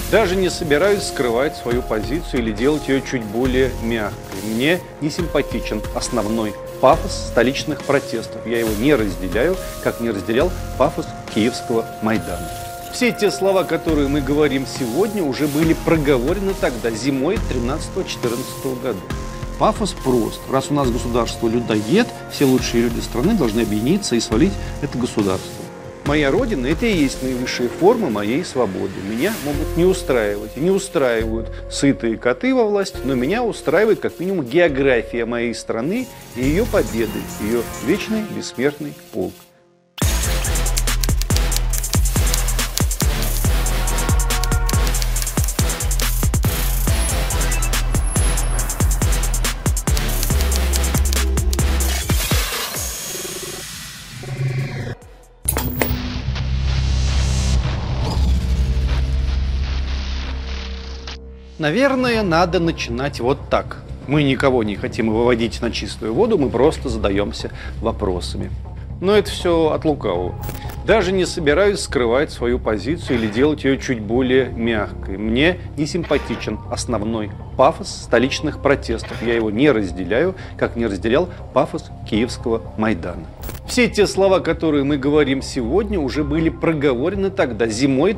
Даже не собираюсь скрывать свою позицию или делать ее чуть более мягкой. Мне не симпатичен основной пафос столичных протестов. Я его не разделяю, как не разделял пафос киевского Майдана. Все те слова, которые мы говорим сегодня, уже были проговорены тогда, зимой 13-14 года. Пафос прост. Раз у нас государство людоед, все лучшие люди страны должны объединиться и свалить это государство. Моя родина – это и есть наивысшая форма моей свободы. Меня могут не устраивать и не устраивают сытые коты во власти, но меня устраивает как минимум география моей страны и ее победы, ее вечный бессмертный полк. Наверное, надо начинать вот так. Мы никого не хотим выводить на чистую воду, мы просто задаемся вопросами. Но это все от лукавого. Даже не собираюсь скрывать свою позицию или делать ее чуть более мягкой. Мне не симпатичен основной пафос столичных протестов. Я его не разделяю, как не разделял пафос киевского Майдана. Все те слова, которые мы говорим сегодня, уже были проговорены тогда, зимой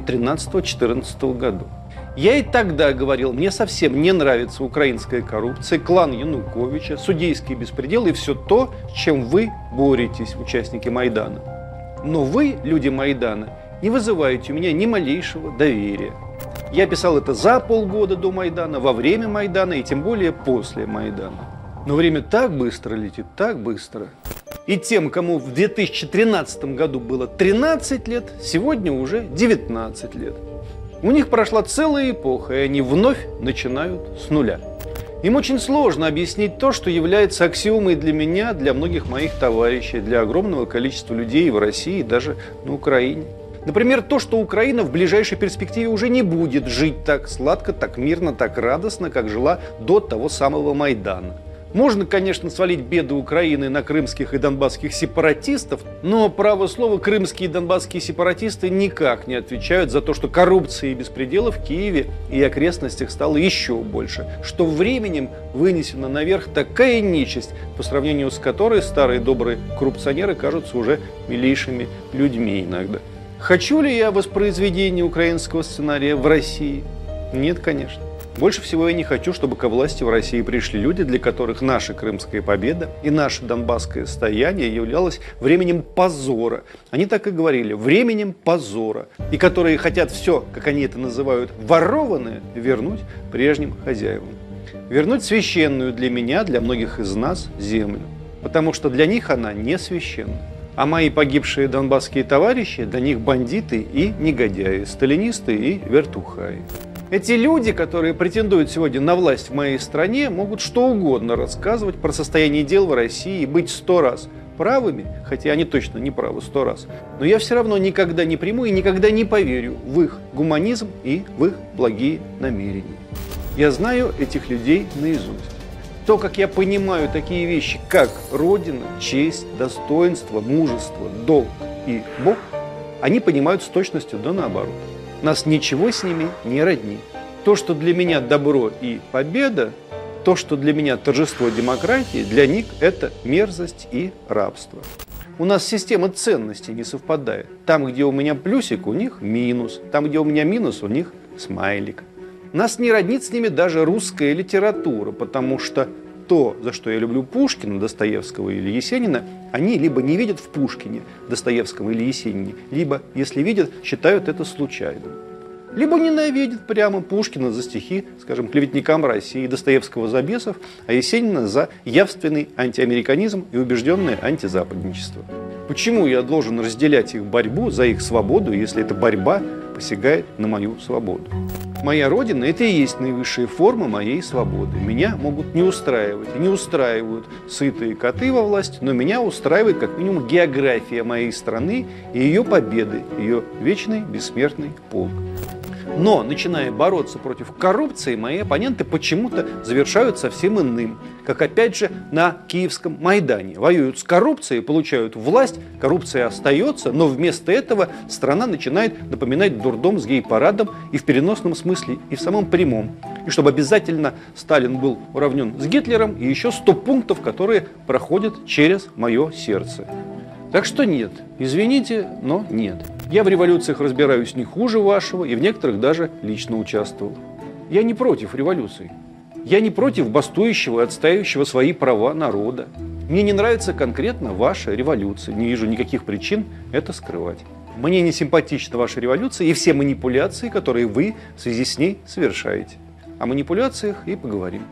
13-14 года. Я и тогда говорил, мне совсем не нравится украинская коррупция, клан Януковича, судейский беспредел и все то, с чем вы боретесь, участники Майдана. Но вы, люди Майдана, не вызываете у меня ни малейшего доверия. Я писал это за полгода до Майдана, во время Майдана и тем более после Майдана. Но время так быстро летит, так быстро. И тем, кому в 2013 году было 13 лет, сегодня уже 19 лет. У них прошла целая эпоха, и они вновь начинают с нуля. Им очень сложно объяснить то, что является аксиомой для меня, для многих моих товарищей, для огромного количества людей в России и даже на Украине. Например, то, что Украина в ближайшей перспективе уже не будет жить так сладко, так мирно, так радостно, как жила до того самого Майдана. Можно, конечно, свалить беды Украины на крымских и донбасских сепаратистов, но, право слово, крымские и донбасские сепаратисты никак не отвечают за то, что коррупции и беспредела в Киеве и окрестностях стало еще больше, что временем вынесена наверх такая нечисть, по сравнению с которой старые добрые коррупционеры кажутся уже милейшими людьми иногда. Хочу ли я воспроизведения украинского сценария в России? Нет, конечно. Больше всего я не хочу, чтобы ко власти в России пришли люди, для которых наша Крымская победа и наше Донбасское стояние являлось временем позора. Они так и говорили, временем позора. И которые хотят все, как они это называют, ворованное, вернуть прежним хозяевам. Вернуть священную для меня, для многих из нас, землю. Потому что для них она не священна. А мои погибшие донбасские товарищи, для них бандиты и негодяи, сталинисты и вертухаи. Эти люди, которые претендуют сегодня на власть в моей стране, могут что угодно рассказывать про состояние дел в России и быть 100 раз правыми, хотя они точно не правы 100 раз. Но я все равно никогда не приму и никогда не поверю в их гуманизм и в их благие намерения. Я знаю этих людей наизусть. То, как я понимаю такие вещи, как Родина, честь, достоинство, мужество, долг и Бог, они понимают с точностью да наоборот. Нас ничего с ними не роднит. То, что для меня добро и победа, то, что для меня торжество демократии, для них это мерзость и рабство. У нас система ценностей не совпадает. Там, где у меня плюсик, у них минус. Там, где у меня минус, у них смайлик. Нас не роднит с ними даже русская литература, потому что то, за что я люблю Пушкина, Достоевского или Есенина, они либо не видят в Пушкине, Достоевском или Есенине, либо, если видят, считают это случайным. Либо ненавидят прямо Пушкина за стихи, скажем, клеветникам России, Достоевского за бесов, а Есенина за явственный антиамериканизм и убежденное антизападничество. Почему я должен разделять их борьбу за их свободу, если эта борьба посягает на мою свободу? Моя родина – это и есть наивысшая форма моей свободы. Меня могут не устраивать и не устраивают сытые коты во власти, но меня устраивает как минимум география моей страны и ее победы, ее вечный бессмертный полк. Но, начиная бороться против коррупции, мои оппоненты почему-то завершают совсем иным. Как опять же на Киевском Майдане. Воюют с коррупцией, получают власть, коррупция остается, но вместо этого страна начинает напоминать дурдом с гей-парадом и в переносном смысле, и в самом прямом. И чтобы обязательно Сталин был уравнен с Гитлером, и еще 100 пунктов, которые проходят через мое сердце. Так что нет, извините, но нет. Я в революциях разбираюсь не хуже вашего и в некоторых даже лично участвовал. Я не против революций. Я не против бастующего и отстаивающего свои права народа. Мне не нравится конкретно ваша революция. Не вижу никаких причин это скрывать. Мне не симпатична ваша революция и все манипуляции, которые вы в связи с ней совершаете. О манипуляциях и поговорим.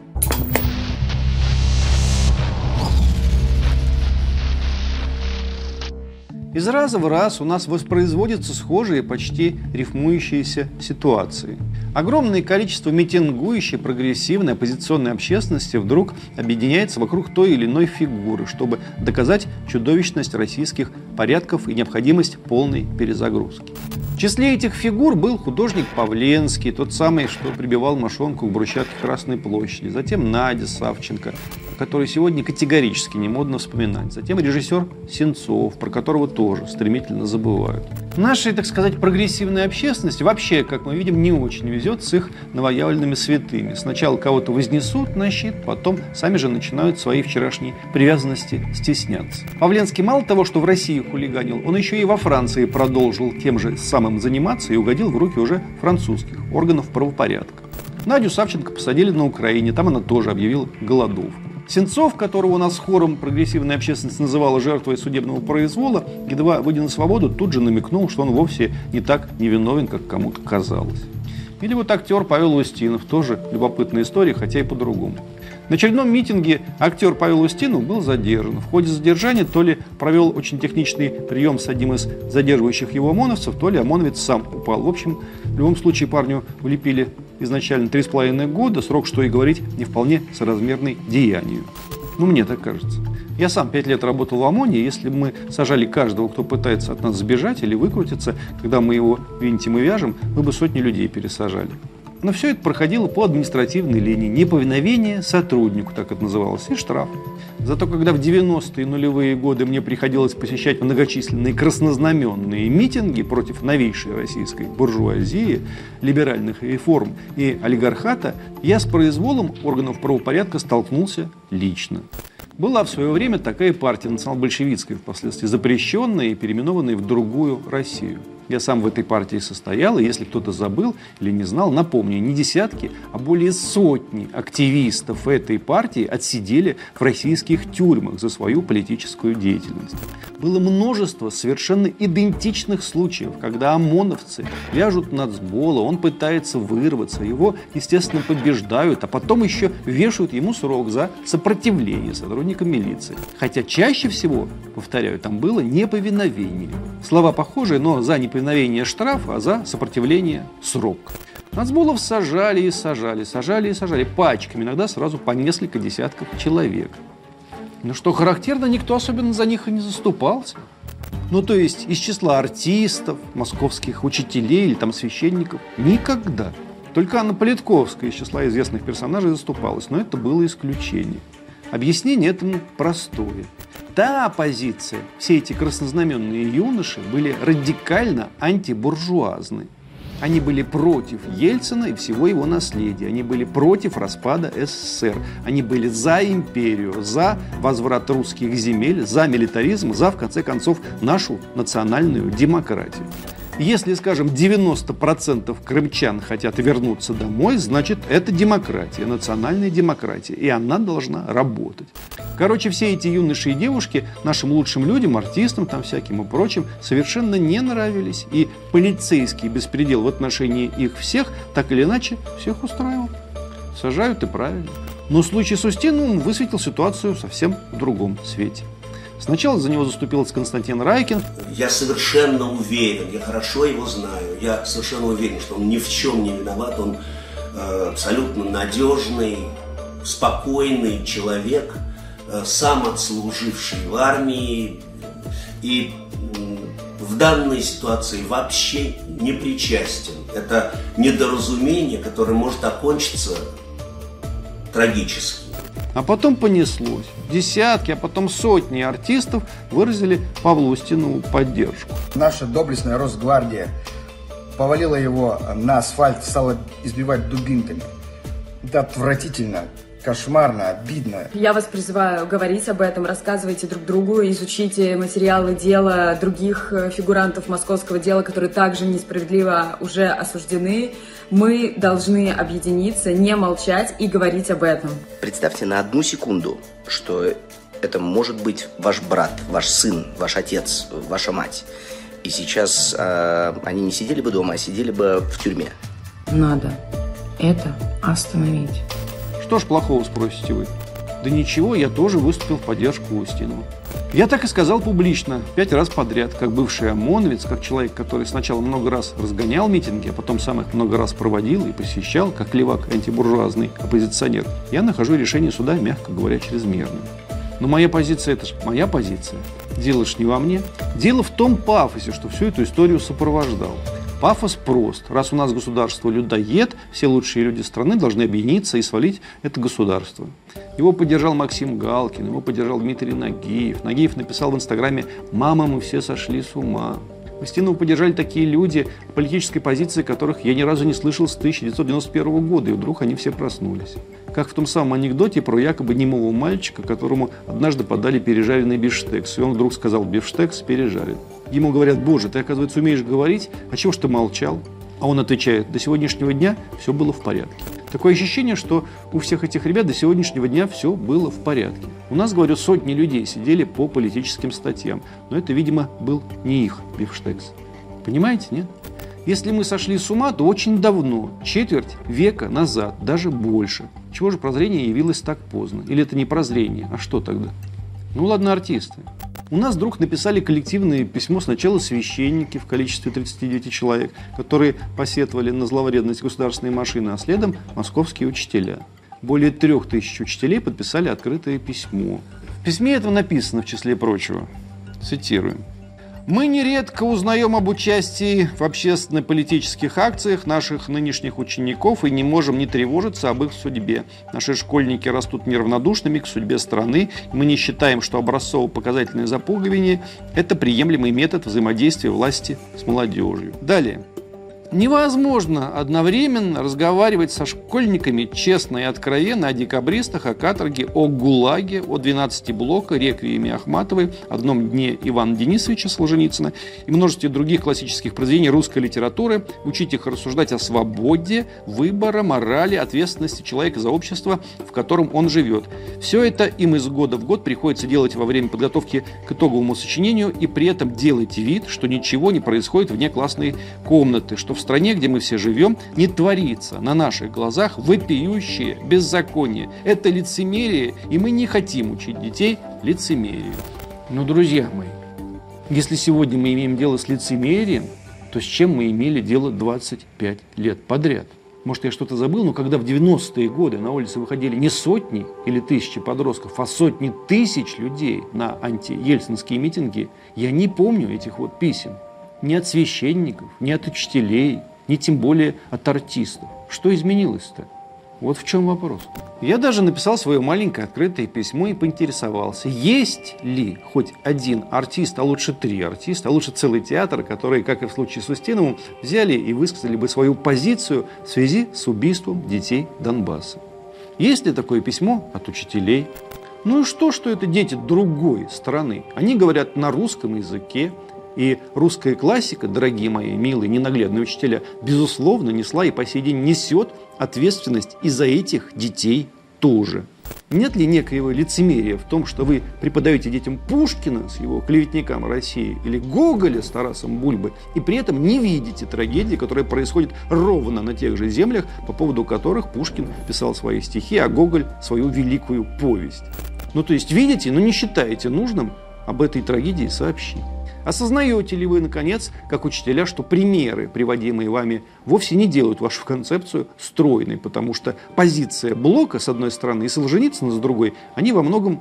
Из раза в раз у нас воспроизводятся схожие, почти рифмующиеся ситуации. Огромное количество митингующей, прогрессивной, оппозиционной общественности вдруг объединяется вокруг той или иной фигуры, чтобы доказать чудовищность российских порядков и необходимость полной перезагрузки. В числе этих фигур был художник Павленский, тот самый, что прибивал мошонку к брусчатке Красной площади, затем Надя Савченко, о которой сегодня категорически не модно вспоминать, затем режиссер Сенцов, про которого тоже стремительно забывают. Нашей, так сказать, прогрессивной общественности вообще, как мы видим, не очень везет с их новоявленными святыми. Сначала кого-то вознесут на щит, потом сами же начинают свои вчерашние привязанности стесняться. Павленский мало того, что в России хулиганил, он еще и во Франции продолжил тем же самым заниматься и угодил в руки уже французских органов правопорядка. Надю Савченко посадили на Украине, там она тоже объявила голодовку. Сенцов, которого у нас хором прогрессивная общественность называла жертвой судебного произвола, едва выйдя на свободу, тут же намекнул, что он вовсе не так невиновен, как кому-то казалось. Или вот актер Павел Устинов, тоже любопытная история, хотя и по-другому. На очередном митинге актер Павел Устинов был задержан. В ходе задержания то ли провел очень техничный прием с одним из задерживающих его ОМОНовцев, то ли ОМОНовец сам упал. В общем, в любом случае парню влепили изначально 3,5 года, срок, что и говорить, не вполне соразмерный деянию. Ну, мне так кажется. Я сам 5 лет работал в ОМОНе, и если бы мы сажали каждого, кто пытается от нас сбежать или выкрутиться, когда мы его винтим и вяжем, мы бы сотни людей пересажали. Но все это проходило по административной линии. Неповиновение сотруднику, так это называлось, и штраф. Зато когда в 90-е нулевые годы мне приходилось посещать многочисленные краснознаменные митинги против новейшей российской буржуазии, либеральных реформ и олигархата, я с произволом органов правопорядка столкнулся лично. Была в свое время такая партия национал-большевистская, впоследствии запрещенная и переименованная в другую Россию. Я сам в этой партии состоял, и если кто-то забыл или не знал, напомню, не десятки, а более сотни активистов этой партии отсидели в российских тюрьмах за свою политическую деятельность. Было множество совершенно идентичных случаев, когда ОМОНовцы вяжут нацбола, он пытается вырваться, его, естественно, побеждают, а потом еще вешают ему срок за сопротивление сотрудникам милиции. Хотя чаще всего, повторяю, там было неповиновение. Слова похожие, но за неповиновение штраф, а за сопротивление срок. Нацболов сажали и сажали пачками, иногда сразу по несколько десятков человек. Но что характерно, никто особенно за них и не заступался. Ну, то есть из числа артистов, московских учителей или там священников никогда. Только Анна Политковская из числа известных персонажей заступалась, но это было исключение. Объяснение этому простое. Та оппозиция, все эти краснознаменные юноши были радикально антибуржуазны. Они были против Ельцина и всего его наследия. Они были против распада СССР. Они были за империю, за возврат русских земель, за милитаризм, за, в конце концов, нашу национальную демократию. Если, скажем, 90% крымчан хотят вернуться домой, значит, это демократия, национальная демократия, и она должна работать. Короче, все эти юноши и девушки нашим лучшим людям, артистам там всяким и прочим, совершенно не нравились, и полицейский беспредел в отношении их всех так или иначе всех устраивал. Сажают и правильно. Но случай с Устиновым высветил ситуацию совсем в другом свете. Сначала за него заступился Константин Райкин. Я совершенно уверен, я хорошо его знаю, я совершенно уверен, что он ни в чем не виноват, он абсолютно надежный, спокойный человек, сам отслуживший в армии и в данной ситуации вообще не причастен. Это недоразумение, которое может окончиться трагически. А потом понеслось. Десятки, а потом сотни артистов выразили Павлу Устинову поддержку. Наша доблестная Росгвардия повалила его на асфальт, стала избивать дубинками. Это отвратительно, кошмарно, обидно. Я вас призываю говорить об этом, рассказывайте друг другу, изучите материалы дела других фигурантов московского дела, которые также несправедливо уже осуждены. Мы должны объединиться, не молчать и говорить об этом. Представьте на одну секунду, что это может быть ваш брат, ваш сын, ваш отец, ваша мать. И сейчас они не сидели бы дома, а сидели бы в тюрьме. Надо это остановить. Что ж плохого, спросите вы? Да ничего, я тоже выступил в поддержку Устинова. Я так и сказал публично, 5 раз подряд, как бывший ОМОНовец, как человек, который сначала много раз разгонял митинги, а потом сам их много раз проводил и посещал, как левак антибуржуазный оппозиционер. Я нахожу решение суда, мягко говоря, чрезмерным. Но моя позиция – это же моя позиция. Дело ж не во мне. Дело в том пафосе, что всю эту историю сопровождал. Пафос прост. Раз у нас государство людоед, все лучшие люди страны должны объединиться и свалить это государство. Его поддержал Максим Галкин, его поддержал Дмитрий Нагиев. Нагиев написал в Инстаграме: «Мама, мы все сошли с ума». Устинова поддержали такие люди, политической позиции которых я ни разу не слышал с 1991 года, и вдруг они все проснулись. Как в том самом анекдоте про якобы немого мальчика, которому однажды подали пережаренный бифштекс, и он вдруг сказал: «Бифштекс пережарен». Ему говорят: «Боже, ты, оказывается, умеешь говорить, а чего ж ты молчал?» А он отвечает: «До сегодняшнего дня все было в порядке». Такое ощущение, что у всех этих ребят до сегодняшнего дня все было в порядке. У нас, говорю, сотни людей сидели по политическим статьям, но это, видимо, был не их бифштекс. Понимаете, нет? Если мы сошли с ума, то очень давно, четверть века назад, даже больше. Чего же прозрение явилось так поздно? Или это не прозрение? А что тогда? Ну ладно, артисты. У нас вдруг написали коллективное письмо сначала священники в количестве 39 человек, которые посетовали на зловредность государственной машины, а следом московские учителя. Более 3000 учителей подписали открытое письмо. В письме это написано, в числе прочего, цитируем: «Мы нередко узнаем об участии в общественно-политических акциях наших нынешних учеников и не можем не тревожиться об их судьбе. Наши школьники растут неравнодушными к судьбе страны, и мы не считаем, что образцово-показательное запугивание – это приемлемый метод взаимодействия власти с молодежью». Далее. Невозможно одновременно разговаривать со школьниками честно и откровенно о декабристах, о каторге, о ГУЛАГе, о 12 блока, реквиеме Ахматовой, одном дне Ивана Денисовича Солженицына и множестве других классических произведений русской литературы, учить их рассуждать о свободе, выбора, морали, ответственности человека за общество, в котором он живет. Все это им из года в год приходится делать во время подготовки к итоговому сочинению, и при этом делать вид, что ничего не происходит вне классной комнаты, что в стране, где мы все живем, не творится на наших глазах вопиющее беззаконие. Это лицемерие, и мы не хотим учить детей лицемерию. Но, друзья мои, если сегодня мы имеем дело с лицемерием, то с чем мы имели дело 25 лет подряд? Может, я что-то забыл, но когда в 90-е годы на улице выходили не сотни или тысячи подростков, а сотни тысяч людей на антиельцинские митинги, я не помню этих вот писем. Ни от священников, ни от учителей, ни тем более от артистов. Что изменилось-то? Вот в чем вопрос. Я даже написал свое маленькое открытое письмо и поинтересовался, есть ли хоть один артист, а лучше 3 артиста, а лучше целый театр, которые, как и в случае с Устиновым, взяли и высказали бы свою позицию в связи с убийством детей Донбасса. Есть ли такое письмо от учителей? Ну и что это дети другой страны? Они говорят на русском языке. И русская классика, дорогие мои милые ненаглядные учителя, безусловно, несла и по сей день несет ответственность и за этих детей тоже. Нет ли некоего лицемерия в том, что вы преподаете детям Пушкина с его «Клеветникам России» или Гоголя с Тарасом Бульбой, и при этом не видите трагедии, которая происходит ровно на тех же землях, по поводу которых Пушкин писал свои стихи, а Гоголь свою великую повесть? Ну, то есть видите, но не считаете нужным об этой трагедии сообщить. Осознаете ли вы, наконец, как учителя, что примеры, приводимые вами, вовсе не делают вашу концепцию стройной, потому что позиция Блока, с одной стороны, и Солженицына, с другой, они во многом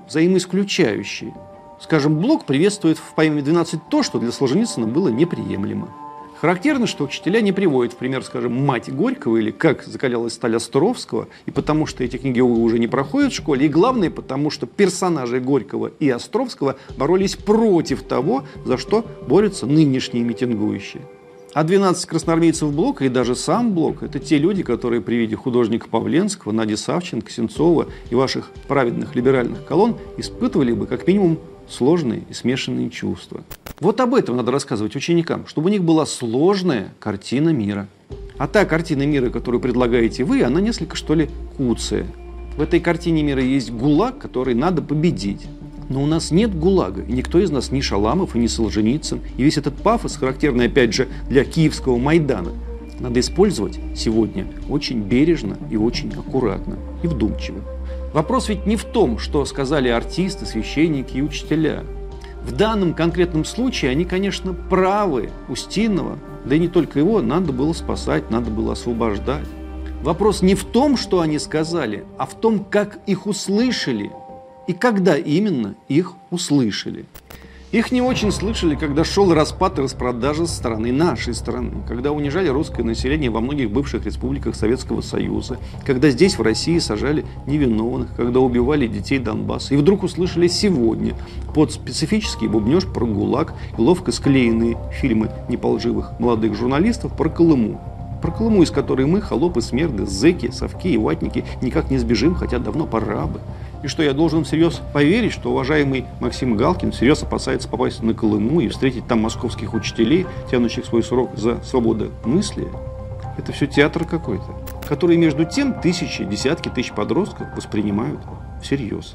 взаимоисключающие. Скажем, Блок приветствует в поэме «12» то, что для Солженицына было неприемлемо. Характерно, что учителя не приводят в пример, скажем, «Мать Горького» или «Как закалялась сталь» Островского, и потому что эти книги уже не проходят в школе, и главное, потому что персонажи Горького и Островского боролись против того, за что борются нынешние митингующие. А 12 красноармейцев Блока и даже сам Блок – это те люди, которые при виде художника Павленского, Нади Савченко, Сенцова и ваших праведных либеральных колонн испытывали бы как минимум сложные и смешанные чувства. Вот об этом надо рассказывать ученикам, чтобы у них была сложная картина мира. А та картина мира, которую предлагаете вы, она несколько, что ли, куцая. В этой картине мира есть ГУЛАГ, который надо победить. Но у нас нет ГУЛАГа, и никто из нас ни Шаламов и ни Солженицын. И весь этот пафос, характерный, опять же, для киевского Майдана, надо использовать сегодня очень бережно и очень аккуратно и вдумчиво. Вопрос ведь не в том, что сказали артисты, священники и учителя. В данном конкретном случае они, конечно, правы. Устинова, да и не только его, надо было спасать, надо было освобождать. Вопрос не в том, что они сказали, а в том, как их услышали и когда именно их услышали. Их не очень слышали, когда шел распад и распродажа со стороны нашей страны, когда унижали русское население во многих бывших республиках Советского Союза, когда здесь, в России, сажали невиновных, когда убивали детей Донбасса. И вдруг услышали сегодня под специфический бубнеж про ГУЛАГ и ловко склеенные фильмы неполживых молодых журналистов про Колыму. Про Колыму, из которой мы, холопы, смерды, зэки, совки и ватники, никак не сбежим, хотя давно пора бы. И что я должен всерьез поверить, что уважаемый Максим Галкин всерьез опасается попасть на Колыму и встретить там московских учителей, тянущих свой срок за свободомыслие? Это все театр какой-то, который между тем тысячи, десятки тысяч подростков воспринимают всерьез.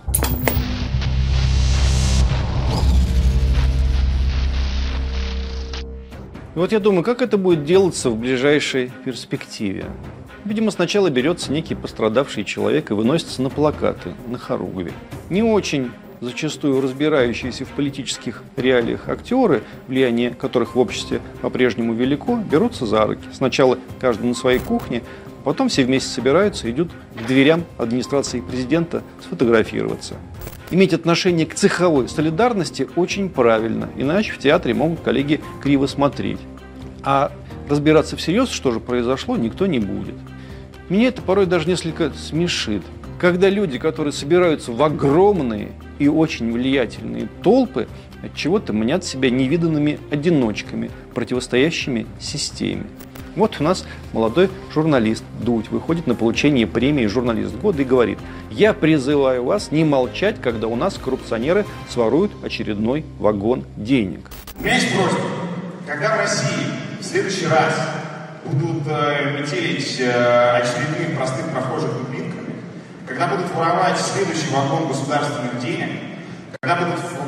И вот я думаю, как это будет делаться в ближайшей перспективе. Видимо, сначала берется некий пострадавший человек и выносится на плакаты, на хоругви. Не очень зачастую разбирающиеся в политических реалиях актеры, влияние которых в обществе по-прежнему велико, берутся за руки. Сначала каждый на своей кухне, а потом все вместе собираются и идут к дверям администрации президента сфотографироваться. Иметь отношение к цеховой солидарности очень правильно, иначе в театре могут коллеги криво смотреть. А разбираться всерьез, что же произошло, никто не будет. Меня это порой даже несколько смешит. Когда люди, которые собираются в огромные и очень влиятельные толпы, от чего-то мнят себя невиданными одиночками, противостоящими системе. Вот у нас молодой журналист Дудь выходит на получение премии «Журналист года» и говорит: «Я призываю вас не молчать, когда у нас коррупционеры своруют очередной вагон денег». У меня есть просьба. Когда в России в следующий раз будут метелить очередных простых прохожих дубинками, когда будут воровать следующий вагон государственных денег, когда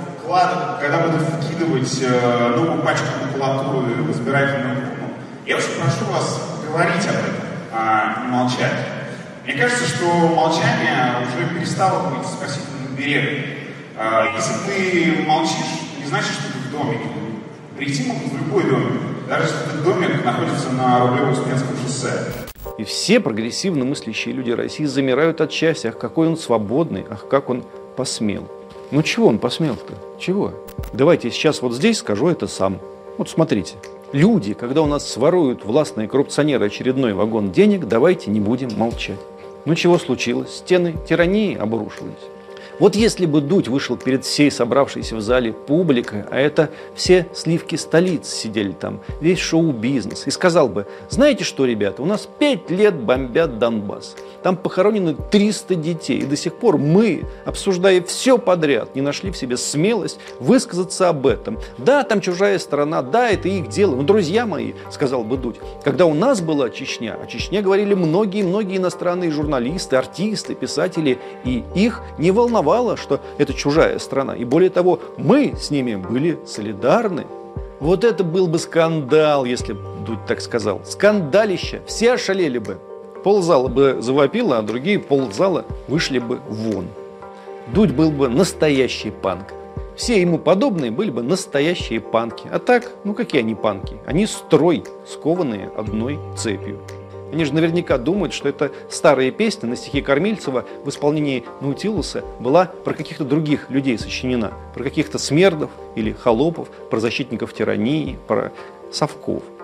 будут вкидывать новую пачку макулатуры в избирательную урну, я очень прошу вас говорить об этом, а не молчать. Мне кажется, что молчание уже перестало быть спасительным берегом. Если ты молчишь, не значит, что ты в домике. Прийти могут в любой домик, даже если этот домик находится на Рублево-Успенском шоссе. И все прогрессивно мыслящие люди России замирают от счастья. Ах, какой он свободный, ах, как он посмел. Ну чего он посмел-то? Чего? Давайте сейчас вот здесь скажу это сам. Вот смотрите. Люди, когда у нас своруют властные коррупционеры очередной вагон денег, давайте не будем молчать. Ну чего случилось? Стены тирании обрушились. Вот если бы Дудь вышел перед всей собравшейся в зале публикой, а это все сливки столицы сидели там, весь шоу-бизнес, и сказал бы: знаете что, ребята, у нас 5 лет бомбят Донбасс, там похоронены 300 детей, и до сих пор мы, обсуждая все подряд, не нашли в себе смелость высказаться об этом. Да, там чужая страна, да, это их дело, но, друзья мои, сказал бы Дудь, когда у нас была Чечня, о Чечне говорили многие-многие иностранные журналисты, артисты, писатели, и их не волновало, что это чужая страна. И более того, мы с ними были солидарны. Вот это был бы скандал, если бы Дудь так сказал. Скандалище. Все ошалели бы. Ползала бы завопила, а другие ползала вышли бы вон. Дудь был бы настоящий панк. Все ему подобные были бы настоящие панки. А так, ну какие они панки? Они строй, скованные одной цепью. Они же наверняка думают, что это старая песня на стихи Кормильцева в исполнении Наутилуса была про каких-то других людей сочинена. Про каких-то смердов или холопов, про защитников тирании, про совков.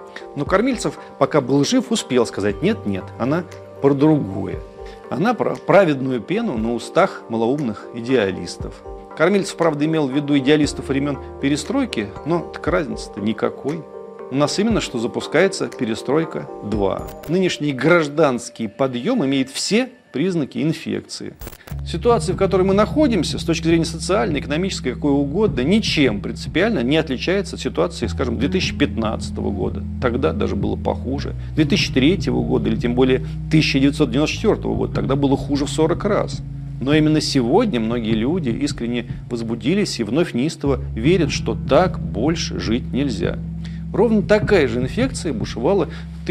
Но Кормильцев, пока был жив, успел сказать: нет, она про другое. Она про праведную пену на устах малоумных идеалистов. Кормильцев, правда, имел в виду идеалистов времен перестройки, но так разницы-то никакой. У нас именно что запускается перестройка 2. Нынешний гражданский подъем имеет все признаки инфекции. Ситуация, в которой мы находимся, с точки зрения социальной, экономической, какой угодно, ничем принципиально не отличается от ситуации, скажем, 2015 года. Тогда даже было похуже. 2003 года или тем более 1994 года. Тогда было хуже в 40 раз. Но именно сегодня многие люди искренне возбудились и вновь неистово верят, что так больше жить нельзя. Ровно такая же инфекция бушевала в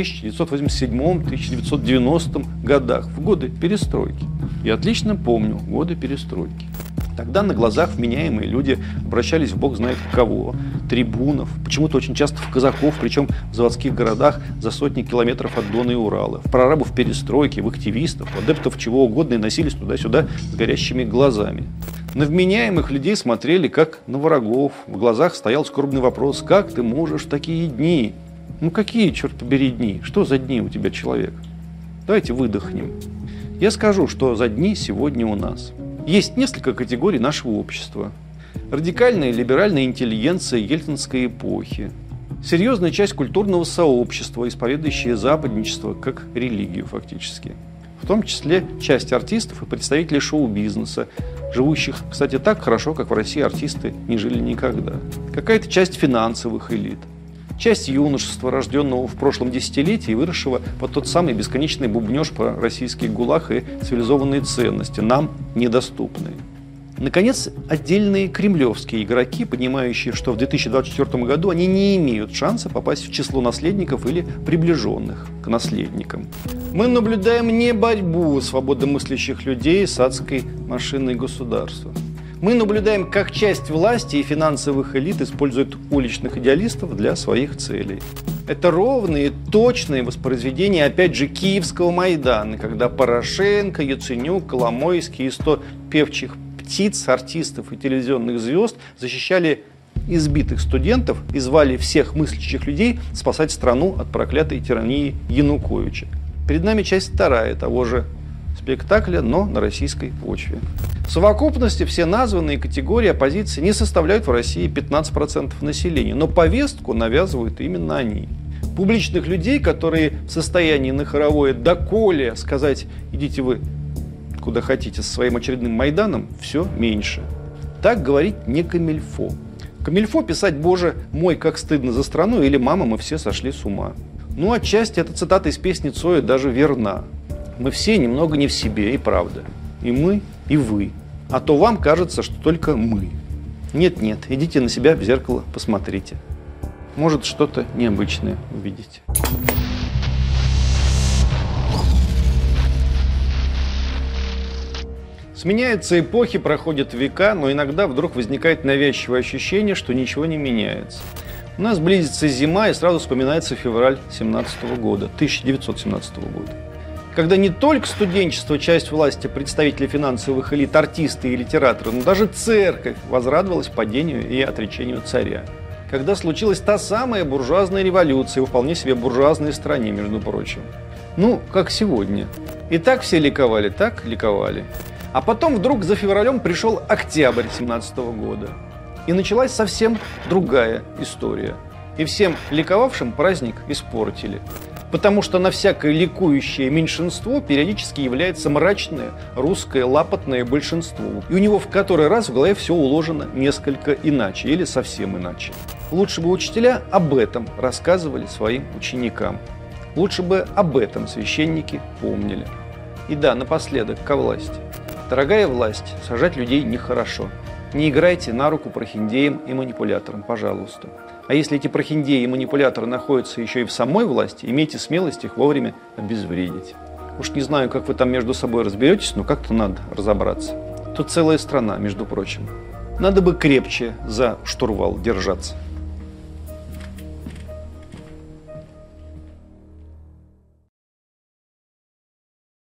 1987-1990 годах, в годы перестройки. Я отлично помню годы перестройки. Тогда на глазах вменяемые люди обращались в бог знает кого, трибунов, почему-то очень часто в казаков, причем в заводских городах за сотни километров от Дона и Урала, в прорабов перестройки, в активистов, в адептов чего угодно и носились туда-сюда с горящими глазами. На вменяемых людей смотрели как на врагов, в глазах стоял скорбный вопрос: как ты можешь в такие дни? Ну какие, черт побери, дни? Что за дни у тебя, человек? Давайте выдохнем. Я скажу, что за дни сегодня у нас. Есть несколько категорий нашего общества. Радикальная либеральная интеллигенция ельцинской эпохи. Серьезная часть культурного сообщества, исповедующая западничество как религию фактически. В том числе часть артистов и представителей шоу-бизнеса, живущих, кстати, так хорошо, как в России артисты не жили никогда. Какая-то часть финансовых элит. Часть юношества, рожденного в прошлом десятилетии и выросшего под тот самый бесконечный бубнеж про российский ГУЛАГ и цивилизованные ценности, нам недоступные. Наконец, отдельные кремлевские игроки, понимающие, что в 2024 году они не имеют шанса попасть в число наследников или приближенных к наследникам. Мы наблюдаем не борьбу свободомыслящих людей с адской машиной государства. Мы наблюдаем, как часть власти и финансовых элит используют уличных идеалистов для своих целей. Это ровные и точные воспроизведения, опять же, киевского Майдана, когда Порошенко, Яценюк, Коломойский и 100 певчих птиц, артистов и телевизионных звезд защищали избитых студентов и звали всех мыслящих людей спасать страну от проклятой тирании Януковича. Перед нами часть вторая того же спектакля, но на российской почве. В совокупности все названные категории оппозиции не составляют в России 15% населения, но повестку навязывают именно они. Публичных людей, которые в состоянии на хоровое доколе сказать: идите вы куда хотите со своим очередным Майданом, все меньше. Так говорить не камильфо. Камильфо писать: «Боже мой, как стыдно за страну» или «Мама, мы все сошли с ума». Ну, отчасти эта цитата из песни Цоя даже верна. Мы все немного не в себе, и правда. И мы, и вы. А то вам кажется, что только мы. Нет-нет, идите на себя в зеркало, посмотрите. Может, что-то необычное увидите. Сменяются эпохи, проходят века, но иногда вдруг возникает навязчивое ощущение, что ничего не меняется. У нас близится зима, и сразу вспоминается февраль 1917 года. Когда не только студенчество, часть власти, представители финансовых элит, артисты и литераторы, но даже церковь возрадовалась падению и отречению царя. Когда случилась та самая буржуазная революция, во вполне себе буржуазной стране, между прочим. Ну, как сегодня. И так все ликовали, так ликовали. А потом вдруг за февралем пришел октябрь 1917 года. И началась совсем другая история. И всем ликовавшим праздник испортили. Потому что на всякое ликующее меньшинство периодически является мрачное русское лапотное большинство. И у него в который раз в голове все уложено несколько иначе или совсем иначе. Лучше бы учителя об этом рассказывали своим ученикам. Лучше бы об этом священники помнили. И да, напоследок, ко власти. Дорогая власть, сажать людей нехорошо. Не играйте на руку прохиндеям и манипуляторам, пожалуйста. А если эти прохиндеи и манипуляторы находятся еще и в самой власти, имейте смелость их вовремя обезвредить. Уж не знаю, как вы там между собой разберетесь, но как-то надо разобраться. Тут целая страна, между прочим. Надо бы крепче за штурвал держаться.